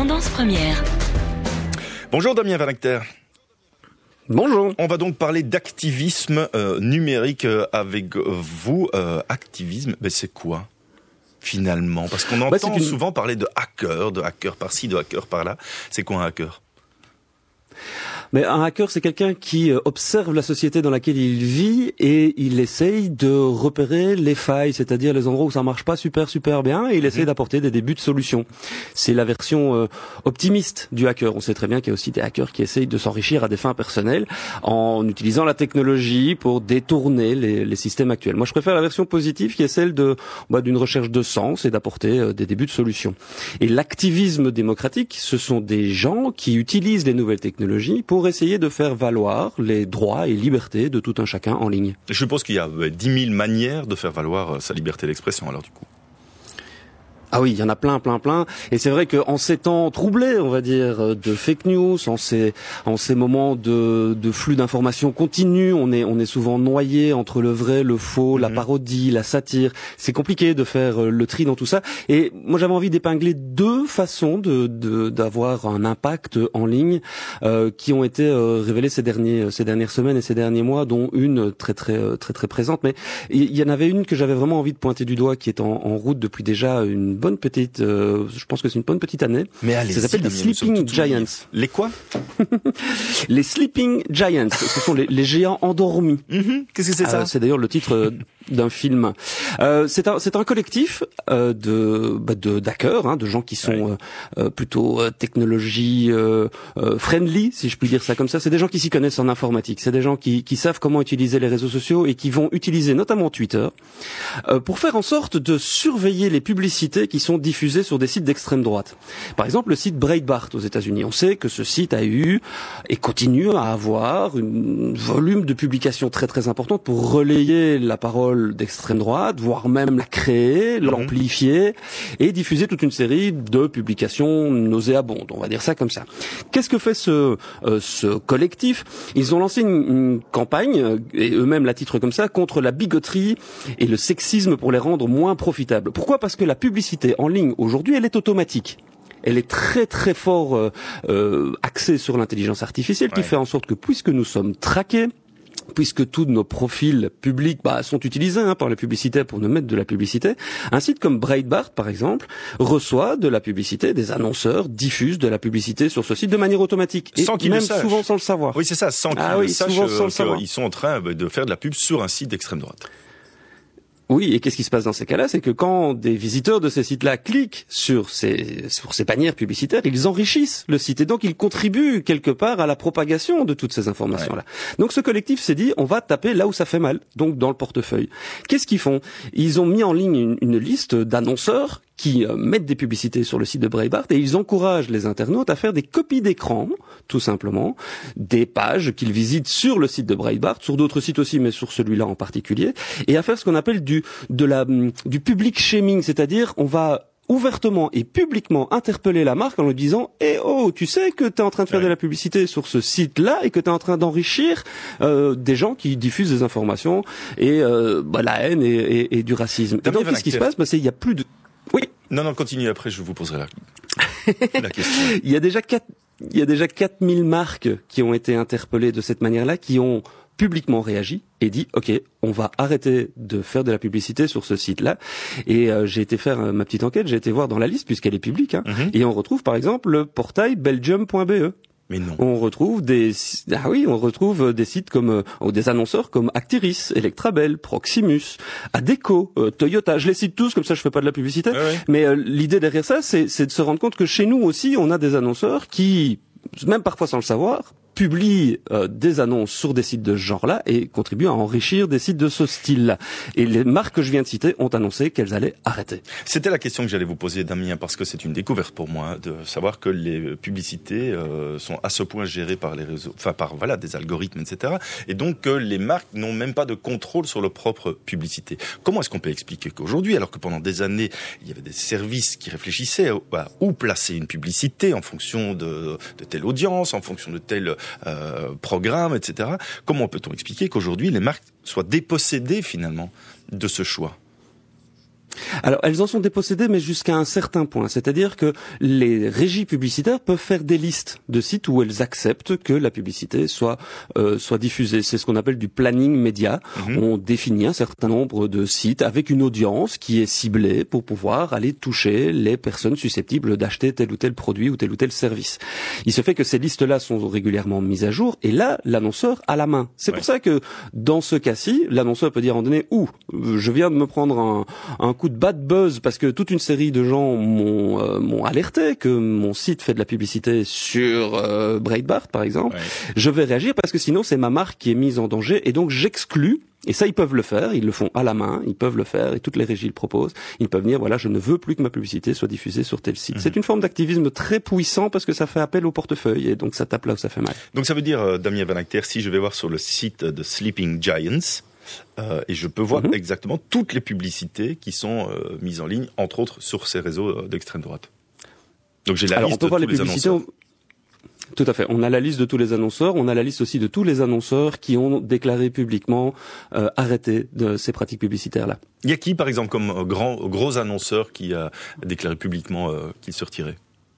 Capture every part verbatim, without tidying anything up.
Tendance première. Bonjour Damien Vanacter. Bonjour. On va donc parler d'activisme euh, numérique euh, avec vous. Euh, activisme, ben c'est quoi finalement? Parce qu'on entend bah, une... souvent parler de hacker, de hacker par-ci, de hacker par-là. C'est quoi un hacker? Mais un hacker, c'est quelqu'un qui observe la société dans laquelle il vit et il essaye de repérer les failles, c'est-à-dire les endroits où ça marche pas super super bien, et il essaye mmh. d'apporter des débuts de solutions. C'est la version euh, optimiste du hacker. On sait très bien qu'il y a aussi des hackers qui essayent de s'enrichir à des fins personnelles en utilisant la technologie pour détourner les, les systèmes actuels. Moi, je préfère la version positive qui est celle de bah, d'une recherche de sens et d'apporter euh, des débuts de solutions. Et l'activisme démocratique, ce sont des gens qui utilisent les nouvelles technologies pour essayer de faire valoir les droits et libertés de tout un chacun en ligne. Je suppose qu'il y a dix mille manières de faire valoir sa liberté d'expression, alors du coup. Ah oui, il y en a plein, plein, plein. Et c'est vrai qu'en ces temps troublés, on va dire, de fake news, en ces, en ces moments de, de flux d'informations continus, on est, on est souvent noyé entre le vrai, le faux, mmh. la parodie, la satire. C'est compliqué de faire le tri dans tout ça. Et moi, j'avais envie d'épingler deux façons de, de, d'avoir un impact en ligne, euh, qui ont été euh, révélées ces derniers, ces dernières semaines et ces derniers mois, dont une très, très, très, très, très présente. Mais il y en avait une que j'avais vraiment envie de pointer du doigt, qui est en, en route depuis déjà une bonne petite, euh, je pense que c'est une bonne petite année. Mais allez, ça s'appelle les Sleeping Giants. Les quoi? Les Sleeping Giants. Ce sont les, les géants endormis. Mm-hmm. Qu'est-ce que c'est ça? euh, C'est d'ailleurs le titre d'un film. Euh, c'est un, c'est un collectif euh, de, bah, de d'hackers, hein, de gens qui sont ouais. euh, plutôt euh, technologie euh, euh, friendly, si je puis dire ça comme ça. C'est des gens qui s'y connaissent en informatique. C'est des gens qui, qui savent comment utiliser les réseaux sociaux et qui vont utiliser notamment Twitter euh, pour faire en sorte de surveiller les publicités qui sont diffusées sur des sites d'extrême droite. Par exemple, le site Breitbart aux États-Unis. On sait que ce site a eu et continue à avoir un volume de publications très très importante pour relayer la parole d'extrême droite, voire même la créer, mmh. l'amplifier et diffuser toute une série de publications nauséabondes, on va dire ça comme ça. Qu'est-ce que fait ce, euh, ce collectif? Ils ont lancé une, une campagne, et eux-mêmes la titrent comme ça, contre la bigoterie et le sexisme pour les rendre moins profitables. Pourquoi? Parce que la publicité en ligne aujourd'hui, elle est automatique. Elle est très très fort euh, euh, axée sur l'intelligence artificielle qui ouais. fait en sorte que puisque nous sommes traqués, puisque tous nos profils publics bah, sont utilisés hein, par les publicitaires pour nous mettre de la publicité, un site comme Breitbart, par exemple, reçoit de la publicité, des annonceurs diffusent de la publicité sur ce site de manière automatique. Et sans qu'ils même le sachent. Souvent sans le savoir. Oui, c'est ça, sans qu'ils ah, oui, le sachent souvent sans le savoir. Ils sont en train de faire de la pub sur un site d'extrême droite. Oui, et qu'est-ce qui se passe dans ces cas-là? C'est que quand des visiteurs de ces sites-là cliquent sur ces, sur ces bannières publicitaires, ils enrichissent le site et donc ils contribuent quelque part à la propagation de toutes ces informations-là. Ouais. Donc ce collectif s'est dit, on va taper là où ça fait mal, donc dans le portefeuille. Qu'est-ce qu'ils font? Ils ont mis en ligne une, une liste d'annonceurs qui euh, mettent des publicités sur le site de Breitbart et ils encouragent les internautes à faire des copies d'écran, tout simplement, des pages qu'ils visitent sur le site de Breitbart, sur d'autres sites aussi, mais sur celui-là en particulier, et à faire ce qu'on appelle du, de la, du public shaming, c'est-à-dire on va ouvertement et publiquement interpeller la marque en lui disant « Eh oh, tu sais que tu es en train de faire ouais. de la publicité sur ce site-là et que tu es en train d'enrichir euh, des gens qui diffusent des informations et euh, bah, la haine et, et, et du racisme. » Et donc, qu'est-ce qui se passe? Bah, c'est il y a plus de... Oui. Non, non, continue, après je vous poserai la, la question. Il y a déjà quatre, il y a déjà quatre mille marques qui ont été interpellées de cette manière-là, qui ont publiquement réagi et dit « Ok, on va arrêter de faire de la publicité sur ce site-là. » Et euh, j'ai été faire euh, ma petite enquête, j'ai été voir dans la liste, puisqu'elle est publique, hein, mm-hmm. et on retrouve par exemple le portail belgium point b e. Mais non. On retrouve des ah oui, on retrouve des sites comme euh, des annonceurs comme Actiris, Electrabel, Proximus, Adecco, euh, Toyota. Je les cite tous comme ça, je fais pas de la publicité. Ouais, ouais. Mais euh, l'idée derrière ça, c'est, c'est de se rendre compte que chez nous aussi, on a des annonceurs qui, même parfois sans le savoir, publient euh, des annonces sur des sites de ce genre-là et contribuent à enrichir des sites de ce style-là. Et les marques que je viens de citer ont annoncé qu'elles allaient arrêter. C'était la question que j'allais vous poser, Damien, parce que c'est une découverte pour moi de savoir que les publicités euh, sont à ce point gérées par les réseaux, enfin par voilà des algorithmes, et cetera. Et donc que les marques n'ont même pas de contrôle sur leur propre publicité. Comment est-ce qu'on peut expliquer qu'aujourd'hui, alors que pendant des années il y avait des services qui réfléchissaient à où placer une publicité en fonction de, de telle audience, en fonction de telle Euh, programmes, et cetera. Comment peut-on expliquer qu'aujourd'hui les marques soient dépossédées finalement de ce choix? Alors, elles en sont dépossédées, mais jusqu'à un certain point. C'est-à-dire que les régies publicitaires peuvent faire des listes de sites où elles acceptent que la publicité soit euh, soit diffusée. C'est ce qu'on appelle du planning média. Mmh. On définit un certain nombre de sites avec une audience qui est ciblée pour pouvoir aller toucher les personnes susceptibles d'acheter tel ou tel produit ou tel ou tel service. Il se fait que ces listes-là sont régulièrement mises à jour, et là, l'annonceur a la main. C'est ouais. pour ça que, dans ce cas-ci, l'annonceur peut dire en donné, ouh, je viens de me prendre un, un coup de bad buzz parce que toute une série de gens m'ont euh, m'ont alerté que mon site fait de la publicité sur euh, Breitbart par exemple. Ouais. Je vais réagir parce que sinon c'est ma marque qui est mise en danger, et donc j'exclus. Et ça, ils peuvent le faire, ils le font à la main, ils peuvent le faire, et toutes les régies le proposent. Ils peuvent dire, voilà, je ne veux plus que ma publicité soit diffusée sur tel site. Mmh. C'est une forme d'activisme très puissant parce que ça fait appel au portefeuille, et donc ça tape là où ça fait mal. Donc ça veut dire, euh, Damien Van Acter, si je vais voir sur le site de Sleeping Giants, Euh, et je peux voir mmh. exactement toutes les publicités qui sont euh, mises en ligne, entre autres sur ces réseaux euh, d'extrême droite. Donc j'ai la Alors, liste on peut de voir tous les les annonceurs. On... Tout à fait. On a la liste de tous les annonceurs. On a la liste aussi de tous les annonceurs qui ont déclaré publiquement euh, arrêter de ces pratiques publicitaires-là. Il y a qui, par exemple, comme euh, grand, gros annonceur qui a déclaré publiquement euh, qu'il se retirait ?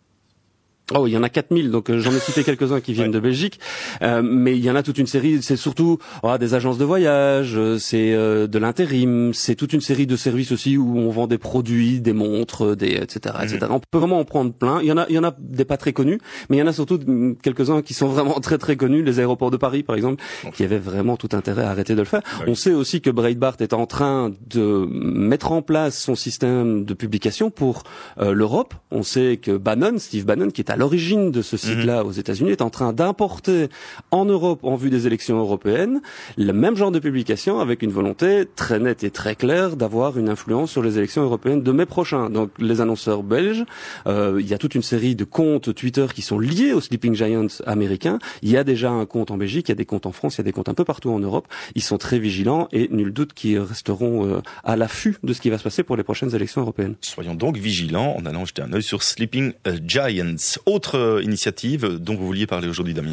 Oh, il y en a quatre mille, donc euh, j'en ai cité quelques-uns qui viennent ouais. de Belgique, euh, mais il y en a toute une série. C'est surtout oh, des agences de voyage, c'est euh, de l'intérim, c'est toute une série de services aussi où on vend des produits, des montres, des et cetera, et cetera. Mm-hmm. On peut vraiment en prendre plein. Il y en a, il y en a des pas très connus, mais il y en a surtout quelques-uns qui sont vraiment très très connus. Les aéroports de Paris, par exemple, okay. qui avaient vraiment tout intérêt à arrêter de le faire. Ouais. On sait aussi que Breitbart est en train de mettre en place son système de publication pour euh, l'Europe. On sait que Bannon, Steve Bannon, qui est à l'origine de ce site-là mmh. aux États-Unis, est en train d'importer en Europe, en vue des élections européennes, le même genre de publication avec une volonté très nette et très claire d'avoir une influence sur les élections européennes de mai prochain. Donc les annonceurs belges, euh, il y a toute une série de comptes Twitter qui sont liés aux Sleeping Giants américains. Il y a déjà un compte en Belgique, il y a des comptes en France, il y a des comptes un peu partout en Europe. Ils sont très vigilants et nul doute qu'ils resteront euh, à l'affût de ce qui va se passer pour les prochaines élections européennes. Soyons donc vigilants en allant jeter un œil sur Sleeping Giants. Autre initiative dont vous vouliez parler aujourd'hui, Damien?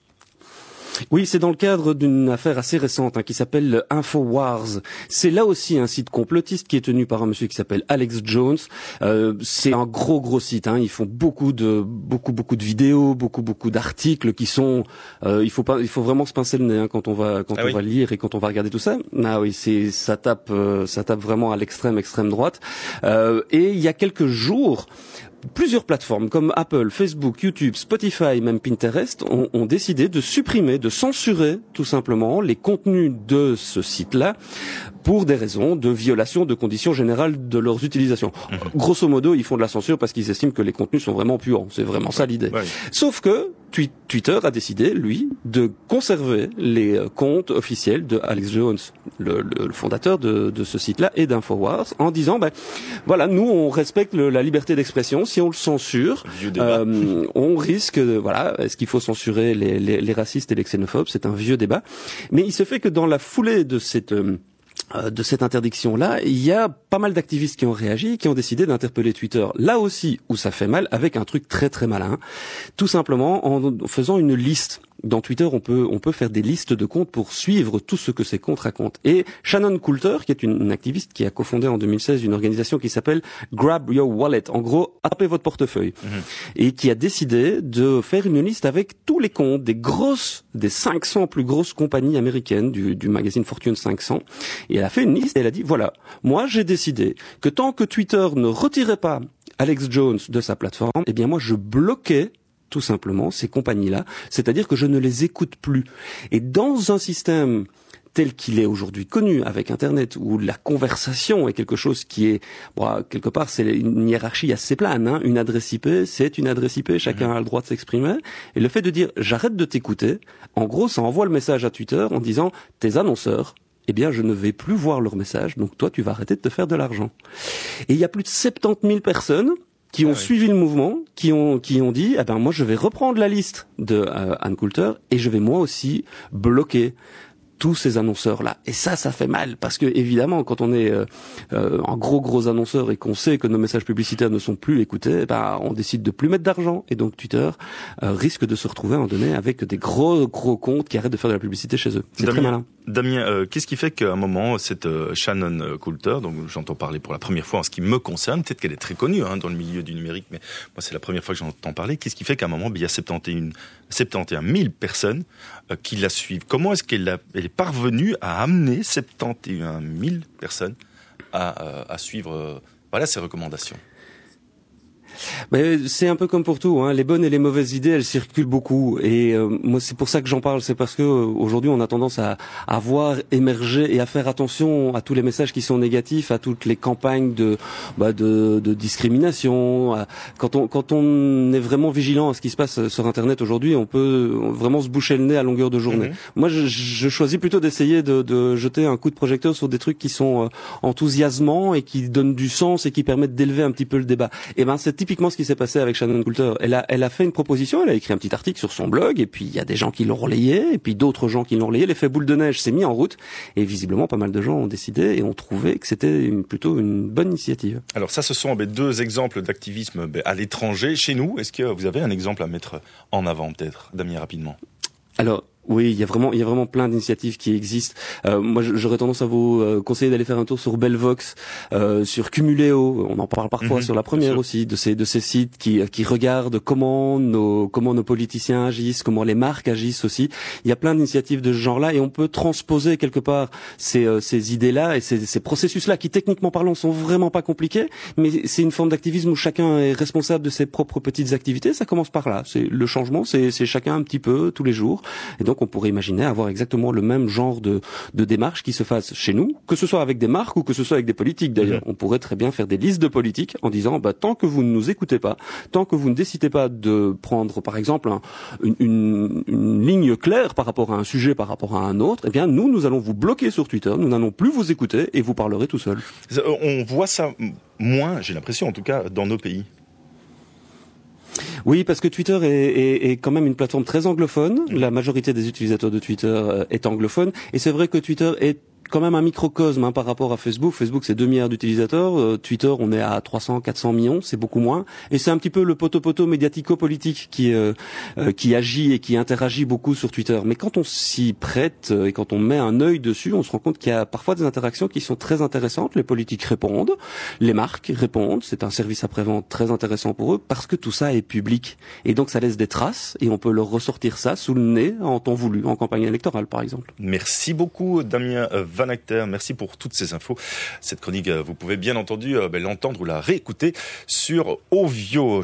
Oui, c'est dans le cadre d'une affaire assez récente hein, qui s'appelle InfoWars. C'est là aussi un site complotiste qui est tenu par un monsieur qui s'appelle Alex Jones. Euh, c'est un gros gros site. Hein. Ils font beaucoup de beaucoup beaucoup de vidéos, beaucoup beaucoup d'articles qui sont. Euh, il faut pas, il faut vraiment se pincer le nez hein, quand on va quand ah on oui. va lire et quand on va regarder tout ça. Ah oui, c'est ça tape euh, ça tape vraiment à l'extrême extrême droite. Euh, et il y a quelques jours, plusieurs plateformes comme Apple, Facebook, YouTube, Spotify, même Pinterest ont, ont décidé de supprimer, de censurer tout simplement les contenus de ce site-là pour des raisons de violation de conditions générales de leurs utilisations. Mmh. Grosso modo, ils font de la censure parce qu'ils estiment que les contenus sont vraiment puants. C'est vraiment ça l'idée. Ouais. Sauf que Twitter a décidé, lui, de conserver les comptes officiels de Alex Jones, le, le, le fondateur de, de ce site-là, et d'InfoWars, en disant, ben, voilà, nous, on respecte le, la liberté d'expression. Si on le censure, euh, on risque, de, voilà, est-ce qu'il faut censurer les, les, les racistes et les xénophobes? C'est un vieux débat. Mais il se fait que dans la foulée de cette... Euh, de cette interdiction-là, il y a pas mal d'activistes qui ont réagi, qui ont décidé d'interpeller Twitter. Là aussi, où ça fait mal, avec un truc très très malin, tout simplement en faisant une liste. Dans Twitter, on peut on peut faire des listes de comptes pour suivre tout ce que ces comptes racontent. Et Shannon Coulter, qui est une, une activiste qui a cofondé en deux mille seize une organisation qui s'appelle Grab Your Wallet, en gros, attrapez votre portefeuille, mmh. et qui a décidé de faire une liste avec tous les comptes des grosses, des cinq cents plus grosses compagnies américaines du, du magazine Fortune cinq cents. Et elle a fait une liste et elle a dit, voilà, moi j'ai décidé que tant que Twitter ne retirait pas Alex Jones de sa plateforme, eh bien moi je bloquais tout simplement ces compagnies-là, c'est-à-dire que je ne les écoute plus. Et dans un système tel qu'il est aujourd'hui connu avec Internet, où la conversation est quelque chose qui est, bon, quelque part, c'est une hiérarchie assez plane. Hein. Une adresse I P, c'est une adresse I P, chacun mmh. a le droit de s'exprimer. Et le fait de dire « j'arrête de t'écouter », en gros, ça envoie le message à Twitter en disant « tes annonceurs », eh bien, je ne vais plus voir leurs messages, donc toi, tu vas arrêter de te faire de l'argent. Et il y a plus de soixante-dix mille personnes qui ont ah oui. suivi le mouvement, qui ont qui ont dit, eh ben moi je vais reprendre la liste de euh, Ann Coulter et je vais moi aussi bloquer tous ces annonceurs-là. Et ça, ça fait mal, parce que évidemment, quand on est euh, euh, un gros gros annonceur et qu'on sait que nos messages publicitaires ne sont plus écoutés, bah, on décide de plus mettre d'argent. Et donc Twitter euh, risque de se retrouver à un moment donné avec des gros gros comptes qui arrêtent de faire de la publicité chez eux. C'est Damien, très malin. Damien, euh, qu'est-ce qui fait qu'à un moment, cette euh, Shannon Coulter, donc j'entends parler pour la première fois en ce qui me concerne, peut-être qu'elle est très connue hein, dans le milieu du numérique, mais moi c'est la première fois que j'entends parler, qu'est-ce qui fait qu'à un moment, il y a soixante et onze mille personnes euh, qui la suivent? Comment est-ce qu'elle a, elle est parvenue à amener soixante et onze mille personnes à, euh, à suivre euh, voilà, ces recommandations? Mais c'est un peu comme pour tout, hein. Les bonnes et les mauvaises idées, elles circulent beaucoup. Et euh, moi, c'est pour ça que j'en parle. C'est parce que euh, aujourd'hui, on a tendance à, à voir émerger et à faire attention à tous les messages qui sont négatifs, à toutes les campagnes de, bah, de, de discrimination. À, quand on, quand on est vraiment vigilant à ce qui se passe sur Internet aujourd'hui, on peut vraiment se boucher le nez à longueur de journée. Mm-hmm. Moi, je, je choisis plutôt d'essayer de, de jeter un coup de projecteur sur des trucs qui sont euh, enthousiasmants et qui donnent du sens et qui permettent d'élever un petit peu le débat. Et ben, c'est typiquement ce qui s'est passé avec Shannon Coulter. Elle a, elle a fait une proposition, elle a écrit un petit article sur son blog, et puis il y a des gens qui l'ont relayé, et puis d'autres gens qui l'ont relayé. L'effet boule de neige s'est mis en route, et visiblement pas mal de gens ont décidé et ont trouvé que c'était une, plutôt une bonne initiative. Alors ça, ce sont ben, deux exemples d'activisme ben, à l'étranger. Chez nous, est-ce que vous avez un exemple à mettre en avant, peut-être, Damien, rapidement? Alors, oui, il y a vraiment, il y a vraiment plein d'initiatives qui existent. Euh, moi, j'aurais tendance à vous euh, conseiller d'aller faire un tour sur Belvox, euh, sur Cumuléo. On en parle parfois mmh, sur la première aussi, de ces de ces sites qui qui regardent comment nos comment nos politiciens agissent, comment les marques agissent aussi. Il y a plein d'initiatives de ce genre-là et on peut transposer quelque part ces euh, ces idées-là et ces ces processus-là qui techniquement parlant sont vraiment pas compliqués, mais c'est une forme d'activisme où chacun est responsable de ses propres petites activités. Ça commence par là. C'est le changement, c'est c'est chacun un petit peu tous les jours. Et donc on pourrait imaginer avoir exactement le même genre de, de démarche qui se fasse chez nous, que ce soit avec des marques ou que ce soit avec des politiques d'ailleurs. Mmh. On pourrait très bien faire des listes de politiques en disant bah, tant que vous ne nous écoutez pas, tant que vous ne décidez pas de prendre par exemple un, une, une, une ligne claire par rapport à un sujet, par rapport à un autre, eh bien nous, nous allons vous bloquer sur Twitter, nous n'allons plus vous écouter et vous parlerez tout seul. On voit ça moins, j'ai l'impression en tout cas, dans nos pays. Oui, parce que Twitter est, est, est quand même une plateforme très anglophone. La majorité des utilisateurs de Twitter est anglophone. Et c'est vrai que Twitter est quand même un microcosme hein, par rapport à Facebook. Facebook, c'est deux milliards d'utilisateurs. Euh, Twitter, on est à trois cents, quatre cents millions, c'est beaucoup moins. Et c'est un petit peu le poteau-poteau médiatico-politique qui euh, euh, qui agit et qui interagit beaucoup sur Twitter. Mais quand on s'y prête euh, et quand on met un œil dessus, on se rend compte qu'il y a parfois des interactions qui sont très intéressantes. Les politiques répondent, les marques répondent. C'est un service après-vente très intéressant pour eux parce que tout ça est public. Et donc, ça laisse des traces et on peut leur ressortir ça sous le nez en temps voulu, en campagne électorale, par exemple. Merci beaucoup, Damien Van Acter, merci pour toutes ces infos. Cette chronique, vous pouvez bien entendu l'entendre ou la réécouter sur Ovio.